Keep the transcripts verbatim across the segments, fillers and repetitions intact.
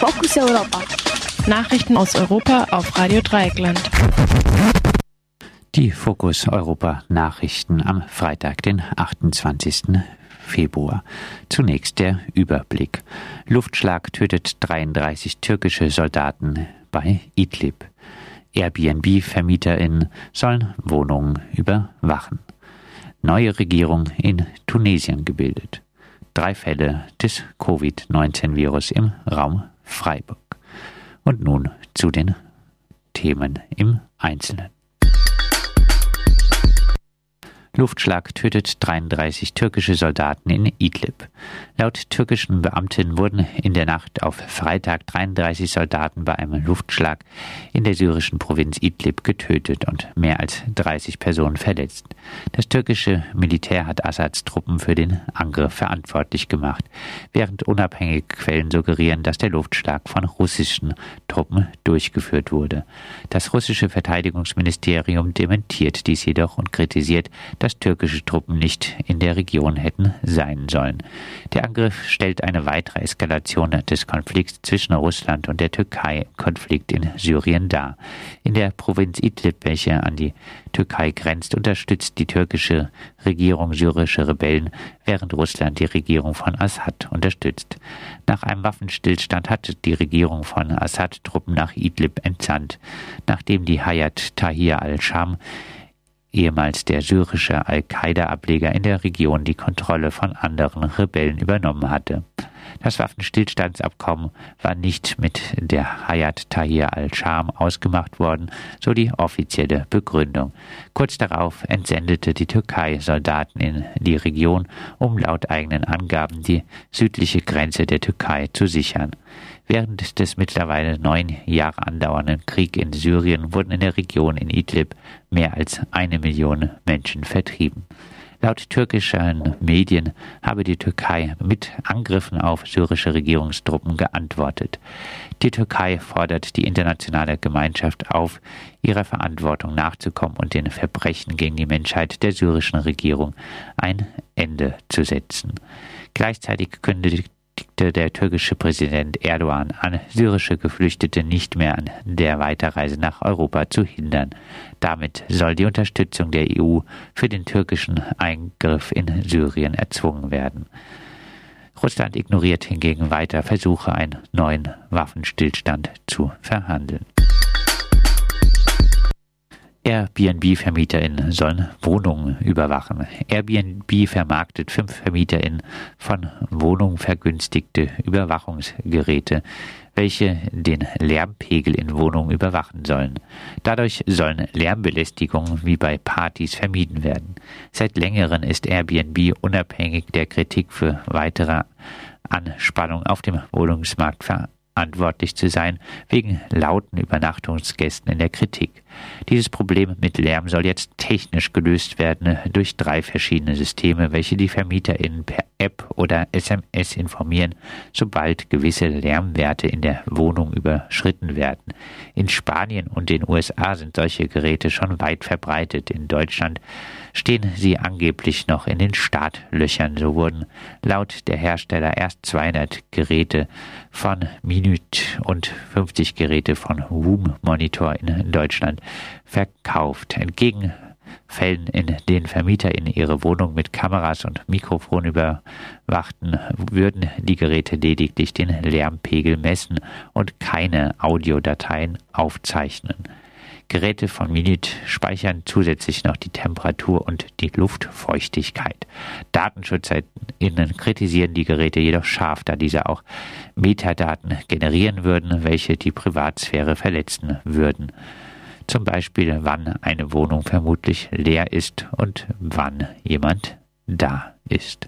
Fokus Europa. Nachrichten aus Europa auf Radio Dreieckland. Die Fokus Europa Nachrichten am Freitag, den achtundzwanzigsten Februar. Zunächst der Überblick. Luftschlag tötet dreiunddreißig türkische Soldaten bei Idlib. Airbnb-VermieterInnen sollen Wohnungen überwachen. Neue Regierung in Tunesien gebildet. Drei Fälle des Covid neunzehn Virus im Raum Freiburg. Und nun zu den Themen im Einzelnen. Luftschlag tötet dreiunddreißig türkische Soldaten in Idlib. Laut türkischen Beamten wurden in der Nacht auf Freitag dreiunddreißig Soldaten bei einem Luftschlag in der syrischen Provinz Idlib getötet und mehr als dreißig Personen verletzt. Das türkische Militär hat Assads Truppen für den Angriff verantwortlich gemacht, während unabhängige Quellen suggerieren, dass der Luftschlag von russischen Truppen durchgeführt wurde. Das russische Verteidigungsministerium dementiert dies jedoch und kritisiert, dass türkische Truppen nicht in der Region hätten sein sollen. Der Angriff stellt eine weitere Eskalation des Konflikts zwischen Russland und der Türkei im Konflikt in Syrien dar. In der Provinz Idlib, welche an die Türkei grenzt, unterstützt die türkische Regierung syrische Rebellen, während Russland die Regierung von Assad unterstützt. Nach einem Waffenstillstand hat die Regierung von Assad Truppen nach Idlib entsandt, nachdem die Hayat Tahrir al-Sham, ehemals der syrische Al-Qaida-Ableger in der Region, die Kontrolle von anderen Rebellen übernommen hatte. Das Waffenstillstandsabkommen war nicht mit der Hayat Tahrir al-Sham ausgemacht worden, so die offizielle Begründung. Kurz darauf entsendete die Türkei Soldaten in die Region, um laut eigenen Angaben die südliche Grenze der Türkei zu sichern. Während des mittlerweile neun Jahre andauernden Kriegs in Syrien wurden in der Region in Idlib mehr als eine Million Menschen vertrieben. Laut türkischen Medien habe die Türkei mit Angriffen auf syrische Regierungstruppen geantwortet. Die Türkei fordert die internationale Gemeinschaft auf, ihrer Verantwortung nachzukommen und den Verbrechen gegen die Menschheit der syrischen Regierung ein Ende zu setzen. Gleichzeitig kündigte der türkische Präsident Erdogan an, syrische Geflüchtete nicht mehr an der Weiterreise nach Europa zu hindern. Damit soll die Unterstützung der E U für den türkischen Eingriff in Syrien erzwungen werden. Russland ignoriert hingegen weiter Versuche, einen neuen Waffenstillstand zu verhandeln. Airbnb-VermieterInnen sollen Wohnungen überwachen. Airbnb vermarktet fünf VermieterInnen von Wohnungen vergünstigte Überwachungsgeräte, welche den Lärmpegel in Wohnungen überwachen sollen. Dadurch sollen Lärmbelästigungen wie bei Partys vermieden werden. Seit längerem ist Airbnb unabhängig der Kritik für weitere Anspannung auf dem Wohnungsmarkt verantwortlich zu sein, wegen lauten Übernachtungsgästen in der Kritik. Dieses Problem mit Lärm soll jetzt technisch gelöst werden durch drei verschiedene Systeme, welche die VermieterInnen per App oder S M S informieren, sobald gewisse Lärmwerte in der Wohnung überschritten werden. In Spanien und den U S A sind solche Geräte schon weit verbreitet. In Deutschland stehen sie angeblich noch in den Startlöchern. So wurden laut der Hersteller erst zweihundert Geräte von Minute und fünfzig Geräte von Room Monitor in Deutschland verkauft. Entgegen Fällen, in denen Vermieter in ihre Wohnung mit Kameras und Mikrofon überwachten, würden die Geräte lediglich den Lärmpegel messen und keine Audiodateien aufzeichnen. Geräte von Minute speichern zusätzlich noch die Temperatur und die Luftfeuchtigkeit. DatenschutzerInnen kritisieren die Geräte jedoch scharf, da diese auch Metadaten generieren würden, welche die Privatsphäre verletzen würden. Zum Beispiel, wann eine Wohnung vermutlich leer ist und wann jemand da ist.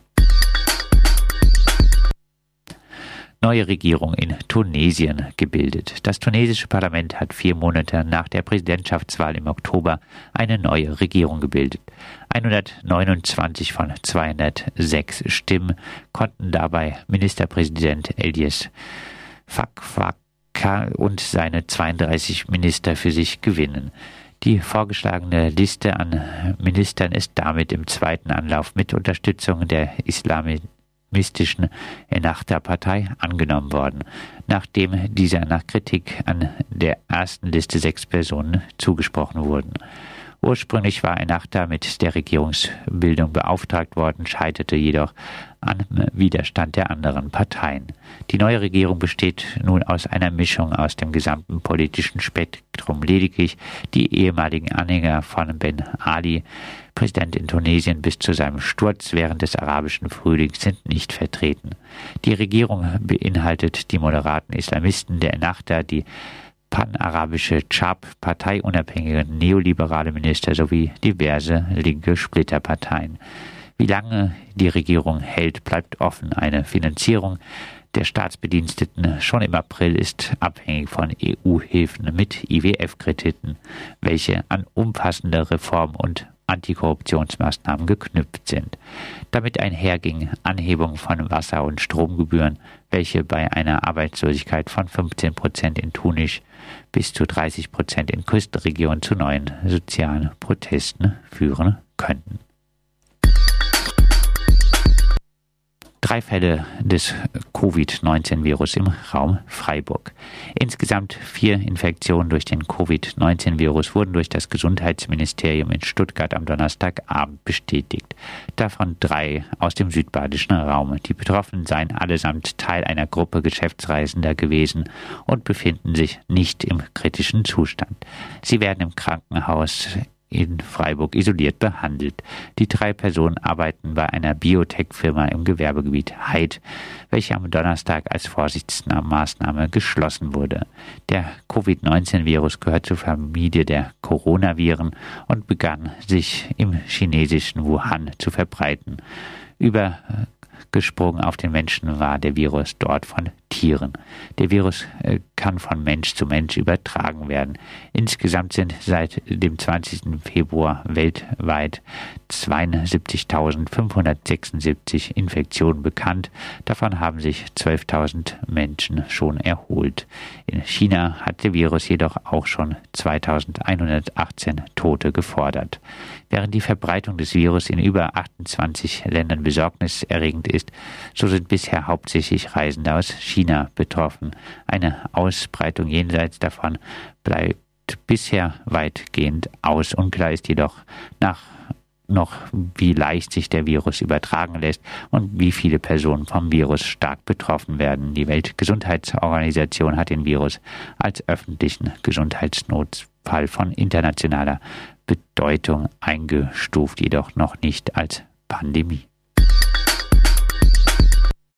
Neue Regierung in Tunesien gebildet. Das tunesische Parlament hat vier Monate nach der Präsidentschaftswahl im Oktober eine neue Regierung gebildet. hundertneunundzwanzig von zweihundertsechs Stimmen konnten dabei Ministerpräsident Elias Fakhfakh und seine zweiunddreißig Minister für sich gewinnen. Die vorgeschlagene Liste an Ministern ist damit im zweiten Anlauf mit Unterstützung der Islamistischen islamistischen Ennahda-Partei angenommen worden, nachdem dieser nach Kritik an der ersten Liste sechs Personen zugesprochen wurden. Ursprünglich war Ennahda mit der Regierungsbildung beauftragt worden, scheiterte jedoch an Widerstand der anderen Parteien. Die neue Regierung besteht nun aus einer Mischung aus dem gesamten politischen Spektrum. Lediglich die ehemaligen Anhänger von Ben Ali, Präsident in Tunesien bis zu seinem Sturz während des arabischen Frühlings, sind nicht vertreten. Die Regierung beinhaltet die moderaten Islamisten der Ennahda, die panarabische Chab, parteiunabhängige neoliberale Minister sowie diverse linke Splitterparteien. Wie lange die Regierung hält, bleibt offen. Eine Finanzierung der Staatsbediensteten schon im April ist abhängig von E U-Hilfen mit I W F-Krediten, welche an umfassende Reform- und Antikorruptionsmaßnahmen geknüpft sind. Damit einherging Anhebung von Wasser- und Stromgebühren, welche bei einer Arbeitslosigkeit von fünfzehn Prozent in Tunis bis zu dreißig Prozent in Küstenregionen zu neuen sozialen Protesten führen könnten. Drei Fälle des Covid neunzehn Virus im Raum Freiburg. Insgesamt vier Infektionen durch den Covid neunzehn Virus wurden durch das Gesundheitsministerium in Stuttgart am Donnerstagabend bestätigt. Davon drei aus dem südbadischen Raum. Die Betroffenen seien allesamt Teil einer Gruppe Geschäftsreisender gewesen und befinden sich nicht im kritischen Zustand. Sie werden im Krankenhaus in Freiburg isoliert behandelt. Die drei Personen arbeiten bei einer Biotech-Firma im Gewerbegebiet Heid, welche am Donnerstag als Vorsichtsmaßnahme geschlossen wurde. Der Covid neunzehn Virus gehört zur Familie der Coronaviren und begann sich im chinesischen Wuhan zu verbreiten. Übergesprungen auf den Menschen war der Virus dort von Tieren. Der Virus kann von Mensch zu Mensch übertragen werden. Insgesamt sind seit dem zwanzigsten Februar weltweit zweiundsiebzigtausendfünfhundertsechsundsiebzig Infektionen bekannt. Davon haben sich zwölftausend Menschen schon erholt. In China hat der Virus jedoch auch schon zweitausendeinhundertachtzehn Tote gefordert. Während die Verbreitung des Virus in über achtundzwanzig Ländern besorgniserregend ist, so sind bisher hauptsächlich Reisende aus China betroffen. Eine Ausbreitung jenseits davon bleibt bisher weitgehend aus. Unklar ist jedoch nach noch, wie leicht sich der Virus übertragen lässt und wie viele Personen vom Virus stark betroffen werden. Die Weltgesundheitsorganisation hat den Virus als öffentlichen Gesundheitsnotfall von internationaler Bedeutung eingestuft, jedoch noch nicht als Pandemie.